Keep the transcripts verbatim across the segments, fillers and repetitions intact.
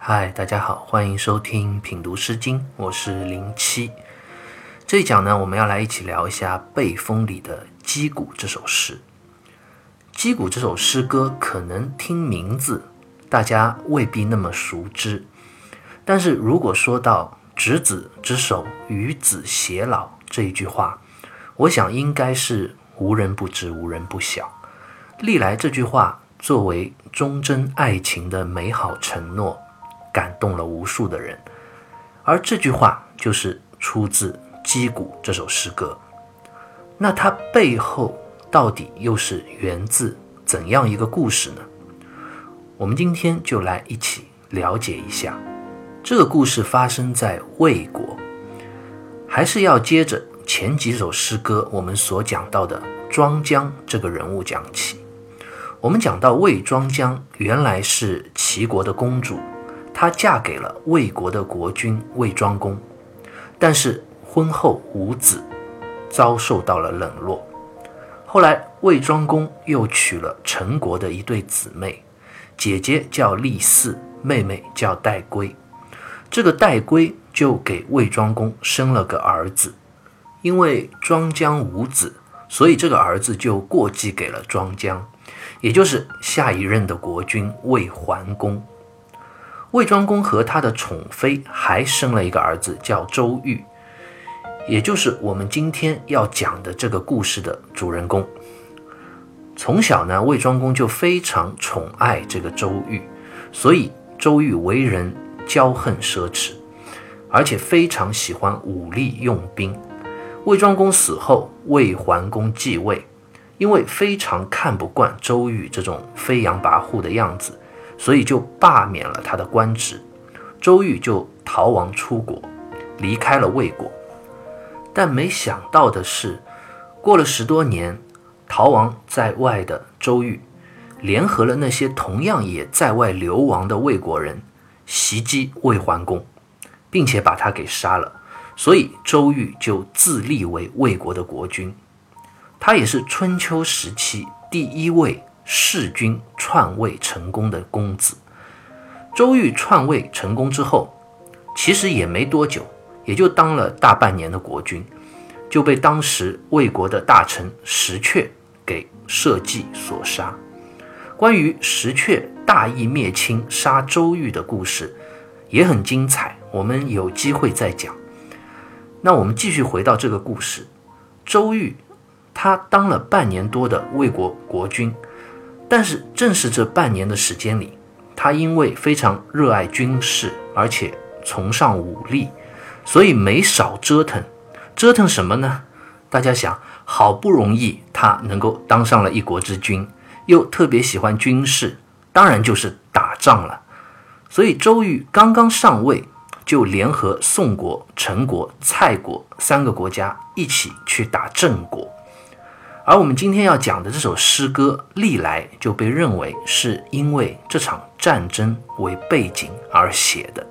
嗨，大家好，欢迎收听品读诗经，我是零七。这一讲呢，我们要来一起聊一下《背风》里的《击鼓》这首诗。《击鼓》这首诗歌可能听名字大家未必那么熟知，但是如果说到执子之手，与子偕老这一句话，我想应该是无人不知，无人不晓。历来这句话作为忠贞爱情的美好承诺，感动了无数的人。而这句话就是出自《击鼓》这首诗歌。那它背后到底又是源自怎样一个故事呢？我们今天就来一起了解一下。这个故事发生在魏国，还是要接着前几首诗歌我们所讲到的庄姜这个人物讲起。我们讲到魏庄姜原来是齐国的公主，她嫁给了魏国的国君魏庄公，但是婚后无子，遭受到了冷落。后来魏庄公又娶了陈国的一对姊妹，姐姐叫厉姒，妹妹叫戴归。这个戴归就给魏庄公生了个儿子，因为庄姜无子，所以这个儿子就过继给了庄姜，也就是下一任的国君魏桓公。魏庄公和他的宠妃还生了一个儿子叫周瑜，也就是我们今天要讲的这个故事的主人公。从小呢，魏庄公就非常宠爱这个周瑜，所以周瑜为人骄横奢侈，而且非常喜欢武力用兵。魏庄公死后，魏桓公继位，因为非常看不惯周瑜这种飞扬跋扈的样子，所以就罢免了他的官职。周瑜就逃亡出国，离开了魏国。但没想到的是，过了十多年，逃亡在外的周瑜联合了那些同样也在外流亡的魏国人，袭击魏桓公，并且把他给杀了。所以周瑜就自立为魏国的国君。他也是春秋时期第一位弑君篡位成功的公子。周瑜篡位成功之后，其实也没多久，也就当了大半年的国君，就被当时魏国的大臣石阙给设计所杀。关于石阙大义灭亲杀周瑜的故事也很精彩，我们有机会再讲。那我们继续回到这个故事。周瑜他当了半年多的魏国国君，但是正是这半年的时间里，他因为非常热爱军事，而且崇尚武力，所以没少折腾。折腾什么呢？大家想，好不容易他能够当上了一国之君，又特别喜欢军事，当然就是打仗了。所以周瑜刚刚上位，就联合宋国、陈国、蔡国三个国家一起去打郑国。而我们今天要讲的这首诗歌，历来就被认为是因为这场战争为背景而写的。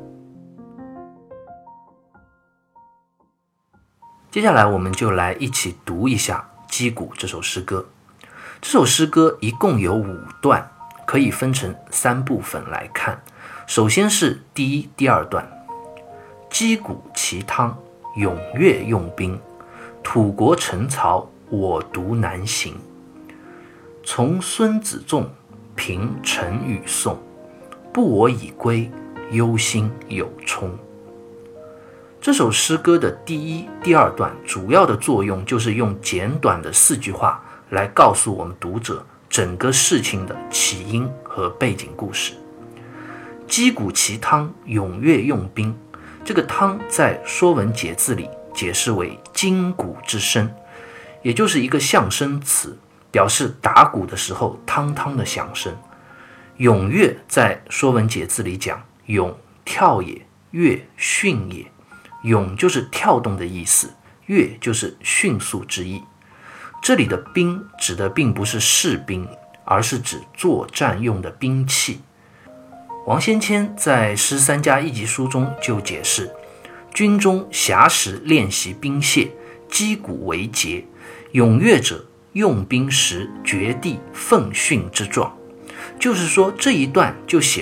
接下来我们就来一起读一下《击鼓》这首诗歌。这首诗歌一共有五段，可以分成三部分来看。首先是第一、第二段。击鼓齐汤，踊跃用兵，土国陈曹，我独南行。从孙子仲，平陈与宋，不我已归，忧心有冲。这首诗歌的第一、第二段主要的作用就是用简短的四句话来告诉我们读者整个事情的起因和背景故事。击鼓齐汤，踊跃用兵，这个汤在《说文解字》里解释为筋骨之声，也就是一个象声词，表示打鼓的时候汤汤的响声。踊跃在《说文解字》里讲，踊跳也，跃迅也。踊就是跳动的意思，跃就是迅速之意。这里的兵指的并不是士兵，而是指作战用的兵器。王先谦在《诗三家一集书》中就解释，军中暇时练习兵械，击鼓为节，踊跃者用兵时绝地奋迅之状。就是说这一段就写了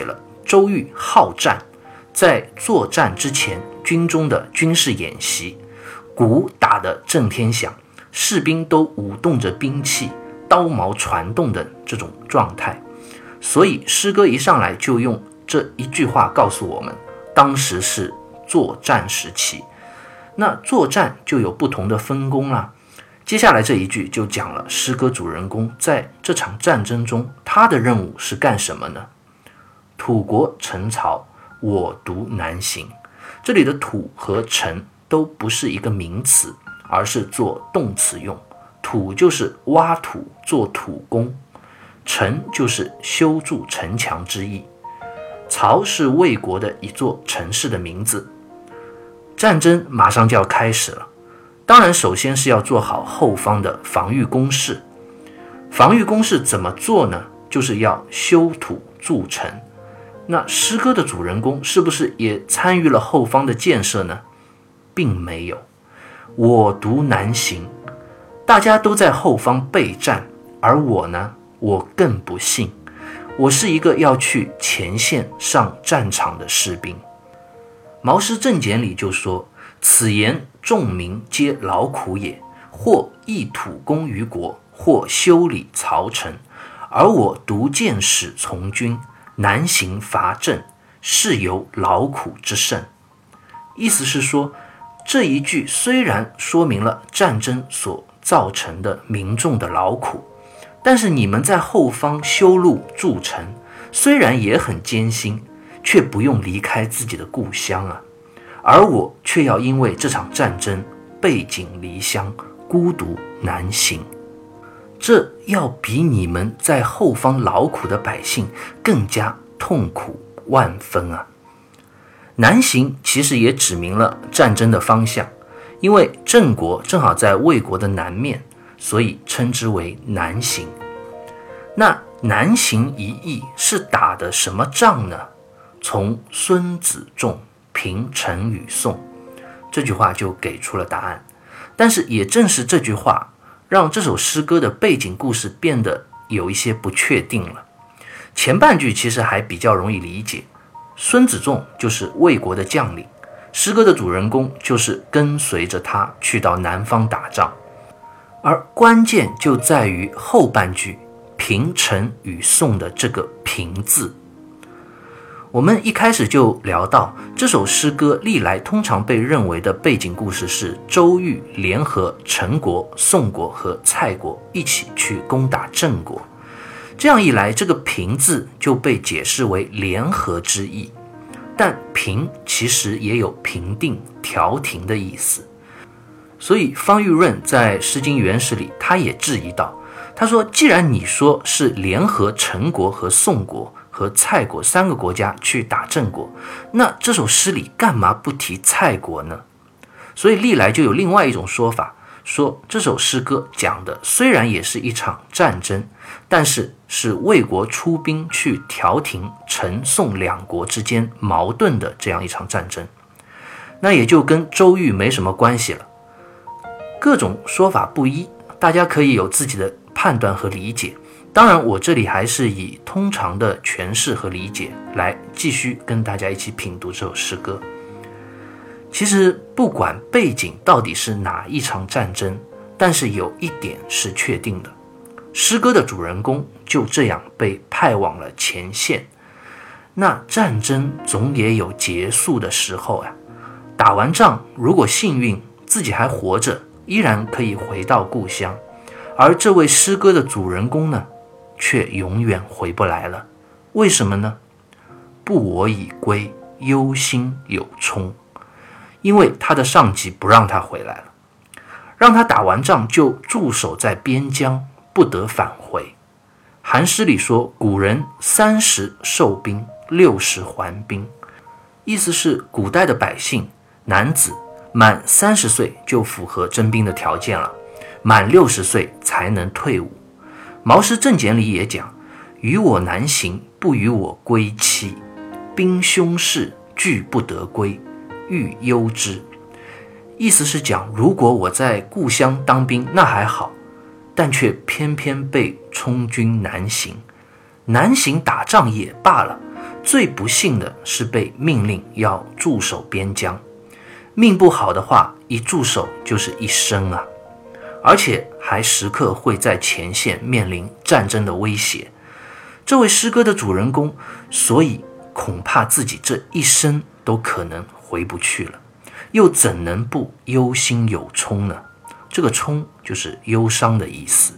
周瑜好战，在作战之前军中的军事演习，鼓打得震天响，士兵都舞动着兵器，刀矛传动的这种状态。所以诗歌一上来就用这一句话告诉我们，当时是作战时期。那作战就有不同的分工啦。接下来这一句就讲了诗歌主人公在这场战争中，他的任务是干什么呢？土国陈曹，我独南行。这里的土和陈都不是一个名词，而是做动词用。土就是挖土做土工，城就是修筑城墙之意。曹是魏国的一座城市的名字。战争马上就要开始了，当然首先是要做好后方的防御工事。防御工事怎么做呢？就是要修土筑城。那诗歌的主人公是不是也参与了后方的建设呢？并没有。我独南行，大家都在后方备战，而我呢，我更不幸，我是一个要去前线上战场的士兵。毛诗正简里就说，此言众民皆劳苦也，或役土工于国，或修理曹城，而我独见使从军，南行伐郑，是由劳苦之甚。意思是说，这一句虽然说明了战争所造成的民众的劳苦，但是你们在后方修路筑城，虽然也很艰辛，却不用离开自己的故乡啊。而我却要因为这场战争背井离乡，孤独南行。这要比你们在后方劳苦的百姓更加痛苦万分啊！南行其实也指明了战争的方向，因为郑国正好在魏国的南面，所以称之为南行。那南行一役是打的什么仗呢？从孙子仲平陈与宋，这句话就给出了答案。但是也正是这句话，让这首诗歌的背景故事变得有一些不确定了。前半句其实还比较容易理解，孙子仲就是魏国的将领，诗歌的主人公就是跟随着他去到南方打仗。而关键就在于后半句平陈与宋的这个平字。我们一开始就聊到，这首诗歌历来通常被认为的背景故事是周瑜联合陈国、宋国和蔡国一起去攻打郑国。这样一来，这个平字就被解释为联合之意，但平其实也有平定、调停的意思。所以方玉润在《诗经原始》里他也质疑到，他说既然你说是联合陈国和宋国和蔡国三个国家去打郑国，那这首诗里干嘛不提蔡国呢？所以历来就有另外一种说法，说这首诗歌讲的虽然也是一场战争，但是是魏国出兵去调停陈宋两国之间矛盾的这样一场战争，那也就跟周瑜没什么关系了。各种说法不一，大家可以有自己的判断和理解。当然我这里还是以通常的诠释和理解来继续跟大家一起品读这首诗歌。其实不管背景到底是哪一场战争，但是有一点是确定的，诗歌的主人公就这样被派往了前线。那战争总也有结束的时候啊，打完仗如果幸运自己还活着，依然可以回到故乡，而这位诗歌的主人公呢，却永远回不来了。为什么呢？不我已归，忧心有冲。因为他的上级不让他回来了，让他打完仗就驻守在边疆，不得返回。韩诗里说，古人三十受兵，六十还兵，意思是古代的百姓男子满三十岁就符合征兵的条件了，满六十岁才能退伍。毛诗正简里也讲，与我南行，不与我归期，兵凶事，俱不得归，欲忧之。意思是讲，如果我在故乡当兵那还好，但却偏偏被充军南行。南行打仗也罢了， 最不幸的是被命令要驻守边疆，命不好的话，一驻守就是一生啊，而且还时刻会在前线面临战争的威胁。这位诗歌的主人公，所以恐怕自己这一生都可能回不去了，又怎能不忧心有忡呢？这个忡就是忧伤的意思。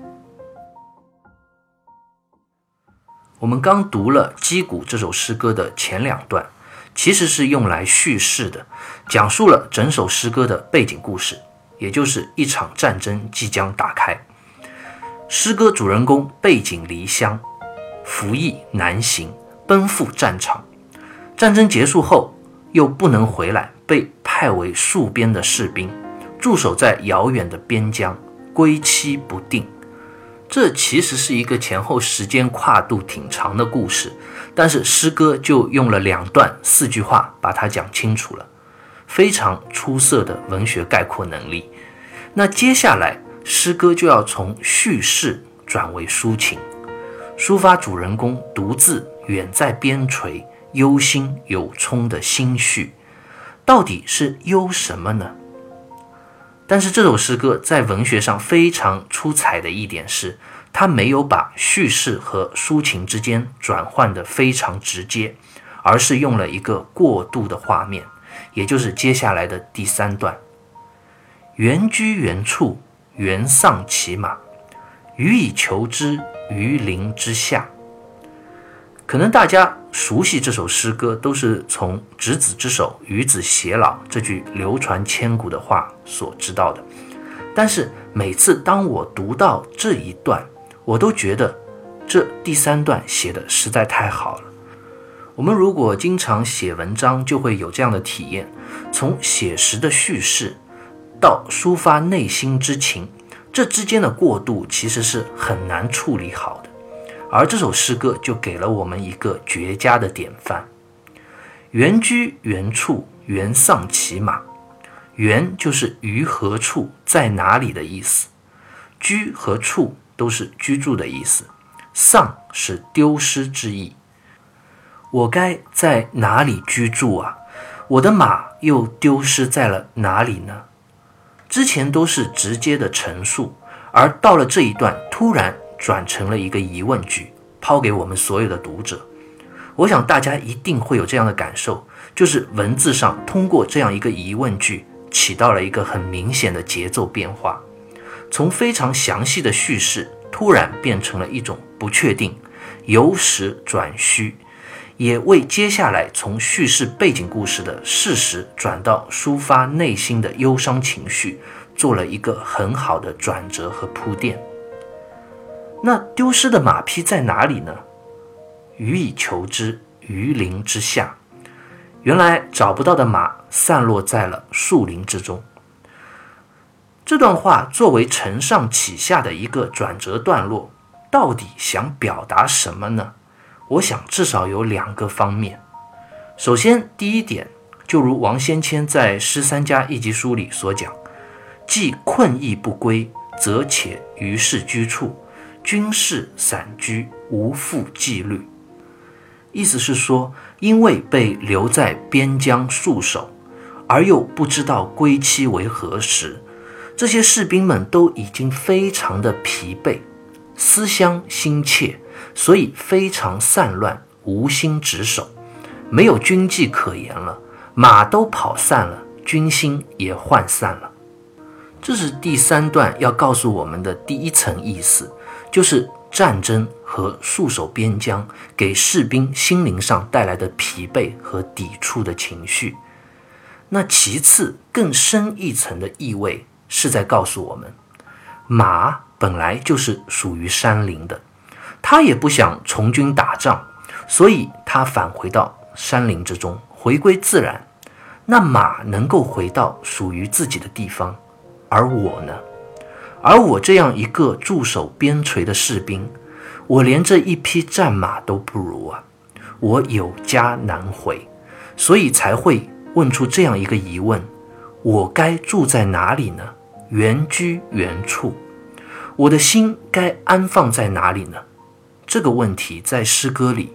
我们刚读了《击鼓》这首诗歌的前两段，其实是用来叙事的，讲述了整首诗歌的背景故事，也就是一场战争即将打开。诗歌主人公背井离乡，服役南行，奔赴战场。战争结束后又不能回来，被派为戍边的士兵，驻守在遥远的边疆，归期不定。这其实是一个前后时间跨度挺长的故事，但是诗歌就用了两段四句话把它讲清楚了，非常出色的文学概括能力。那接下来诗歌就要从叙事转为抒情，抒发主人公独自远在边陲忧心有忡的心绪。到底是忧什么呢？但是这首诗歌在文学上非常出彩的一点是，它没有把叙事和抒情之间转换得非常直接，而是用了一个过渡的画面，也就是接下来的第三段。原居原处，原丧其马，予以求之，于林之下。可能大家熟悉这首诗歌，都是从执子之手，与子偕老这句流传千古的话所知道的。但是每次当我读到这一段，我都觉得这第三段写的实在太好了。我们如果经常写文章，就会有这样的体验，从写实的叙事到抒发内心之情，这之间的过渡其实是很难处理好的。而这首诗歌就给了我们一个绝佳的典范。原居原处，原丧其马。原就是于何处，在哪里的意思。居和处都是居住的意思。丧是丢失之意。我该在哪里居住啊？我的马又丢失在了哪里呢？之前都是直接的陈述，而到了这一段，突然转成了一个疑问句，抛给我们所有的读者。我想大家一定会有这样的感受，就是文字上通过这样一个疑问句，起到了一个很明显的节奏变化，从非常详细的叙事，突然变成了一种不确定，由实转虚，也为接下来从叙事背景故事的事实转到抒发内心的忧伤情绪，做了一个很好的转折和铺垫。那丢失的马匹在哪里呢？予以求之，于林之下。原来找不到的马散落在了树林之中。这段话作为承上启下的一个转折段落，到底想表达什么呢？我想至少有两个方面。首先，第一点，就如王先谦在《诗三家一集书》里所讲，既困意不归，则且于是居处，军事散居，无复纪律。意思是说，因为被留在边疆戍守，而又不知道归期为何时，这些士兵们都已经非常的疲惫，思乡心切，所以非常散乱，无心值守，没有军纪可言了，马都跑散了，军心也涣散了。这是第三段要告诉我们的第一层意思，就是战争和戍守边疆给士兵心灵上带来的疲惫和抵触的情绪。那其次，更深一层的意味是在告诉我们，马本来就是属于山林的，他也不想从军打仗，所以他返回到山林之中，回归自然。那马能够回到属于自己的地方，而我呢？而我这样一个驻守边陲的士兵，我连这一匹战马都不如啊！我有家难回，所以才会问出这样一个疑问：我该住在哪里呢？原居原处，我的心该安放在哪里呢？这个问题在诗歌里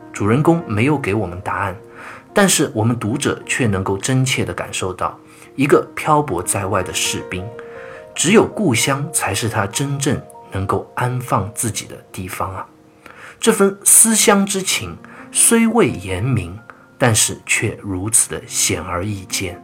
主人公没有给我们答案，但是我们读者却能够真切地感受到，一个漂泊在外的士兵，只有故乡才是他真正能够安放自己的地方啊！这份思乡之情虽未言明，但是却如此的显而易见。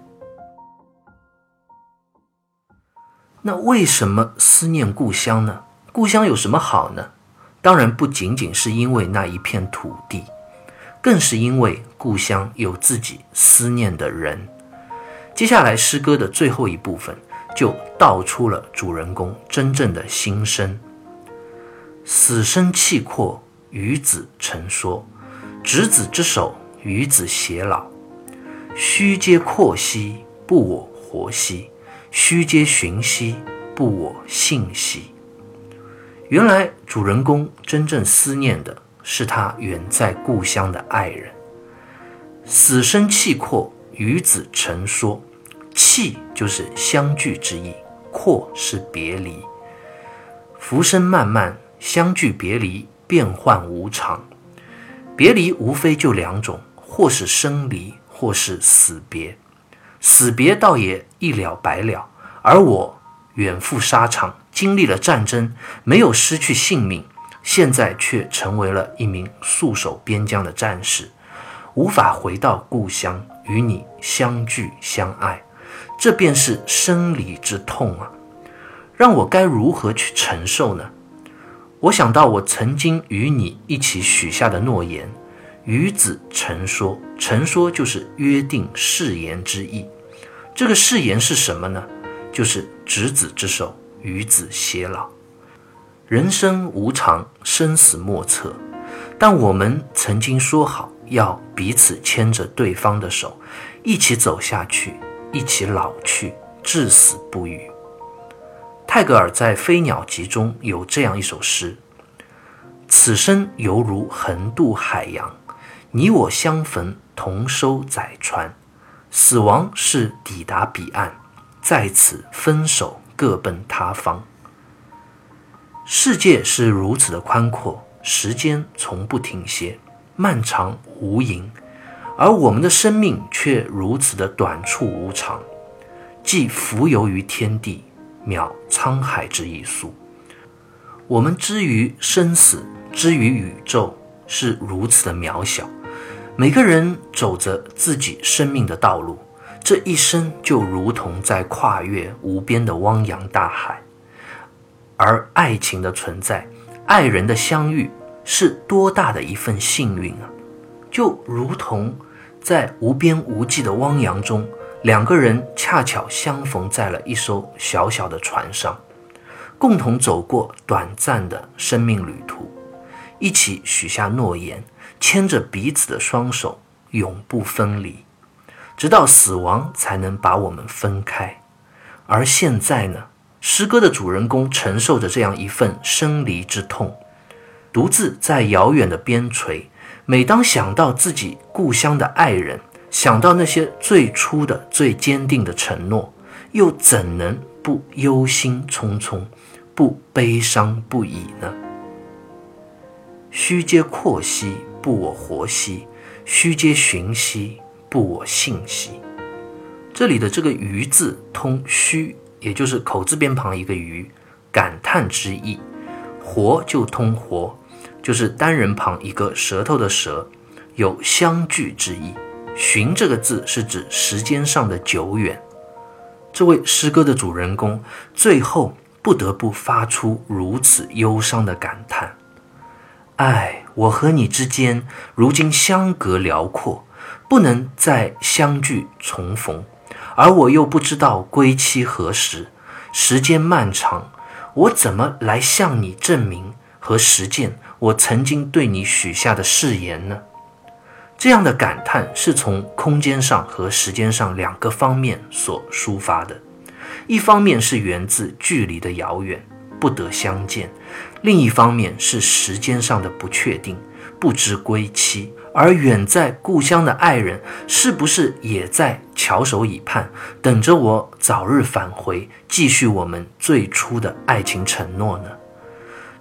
那为什么思念故乡呢？故乡有什么好呢？当然不仅仅是因为那一片土地，更是因为故乡有自己思念的人。接下来诗歌的最后一部分就道出了主人公真正的心声。死生契阔，与子成说，执子之手，与子偕老。须嗟阔兮，不我活兮；须嗟寻兮，不我信兮。原来主人公真正思念的是他远在故乡的爱人。死生契阔，与子成说。契就是相聚之意，阔是别离。浮生漫漫，相聚别离，变幻无常。别离无非就两种，或是生离，或是死别。死别倒也一了百了，而我远赴沙场，经历了战争，没有失去性命，现在却成为了一名戍守边疆的战士，无法回到故乡与你相聚相爱，这便是生离之痛啊！让我该如何去承受呢？我想到我曾经与你一起许下的诺言，与子成说，成说就是约定誓言之意。这个誓言是什么呢？就是执子之手，与子偕老。人生无常，生死莫测，但我们曾经说好要彼此牵着对方的手，一起走下去，一起老去，至死不渝。泰戈尔在《飞鸟集》中有这样一首诗：此生犹如横渡海洋，你我相逢同收载船，死亡是抵达彼岸，在此分手各奔他方。世界是如此的宽阔，时间从不停歇，漫长无垠，而我们的生命却如此的短促无常，既浮游于天地，渺沧海之一粟。我们之于生死，之于宇宙，是如此的渺小。每个人走着自己生命的道路，这一生就如同在跨越无边的汪洋大海。而爱情的存在，爱人的相遇，是多大的一份幸运啊！就如同在无边无际的汪洋中，两个人恰巧相逢在了一艘小小的船上，共同走过短暂的生命旅途，一起许下诺言，牵着彼此的双手，永不分离，直到死亡才能把我们分开。而现在呢，诗歌的主人公承受着这样一份生离之痛，独自在遥远的边陲，每当想到自己故乡的爱人，想到那些最初的最坚定的承诺，又怎能不忧心忡忡，不悲伤不已呢？须嗟阔兮，不我活兮；须嗟寻兮，不我信兮。这里的这个于字通须，也就是口字边旁一个于，感叹之意；活就通活，就是单人旁一个舌头的舌，有相聚之意。寻这个字是指时间上的久远。这位诗歌的主人公最后不得不发出如此忧伤的感叹：唉，我和你之间如今相隔辽阔，不能再相聚重逢，而我又不知道归期何时，时间漫长，我怎么来向你证明和实践我曾经对你许下的誓言呢？这样的感叹是从空间上和时间上两个方面所抒发的。一方面是源自距离的遥远，不得相见；另一方面是时间上的不确定，不知归期。而远在故乡的爱人，是不是也在翘首以盼，等着我早日返回，继续我们最初的爱情承诺呢？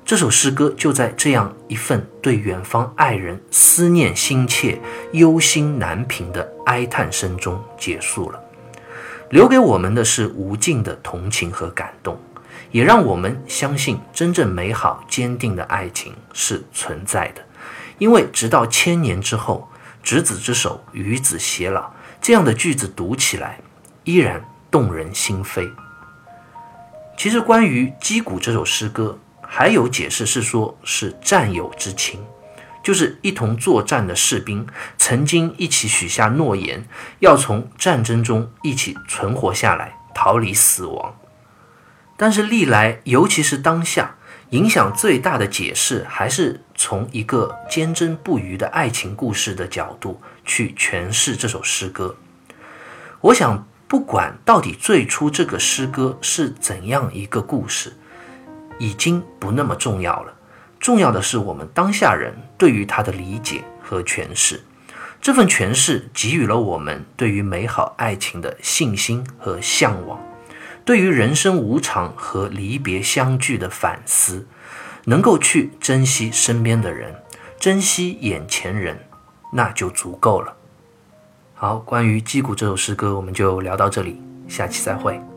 这首诗歌就在这样一份对远方爱人思念心切、忧心难平的哀叹声中结束了，留给我们的是无尽的同情和感动，也让我们相信真正美好坚定的爱情是存在的。因为直到千年之后，执子之手，与子偕老，这样的句子读起来依然动人心扉。其实关于击鼓这首诗歌还有解释是说是战友之情，就是一同作战的士兵曾经一起许下诺言，要从战争中一起存活下来，逃离死亡。但是历来尤其是当下，影响最大的解释还是从一个坚贞不渝的爱情故事的角度去诠释这首诗歌。我想不管到底最初这个诗歌是怎样一个故事，已经不那么重要了，重要的是我们当下人对于它的理解和诠释。这份诠释给予了我们对于美好爱情的信心和向往，对于人生无常和离别相聚的反思，能够去珍惜身边的人，珍惜眼前人，那就足够了。好，关于击鼓这首诗歌我们就聊到这里，下期再会。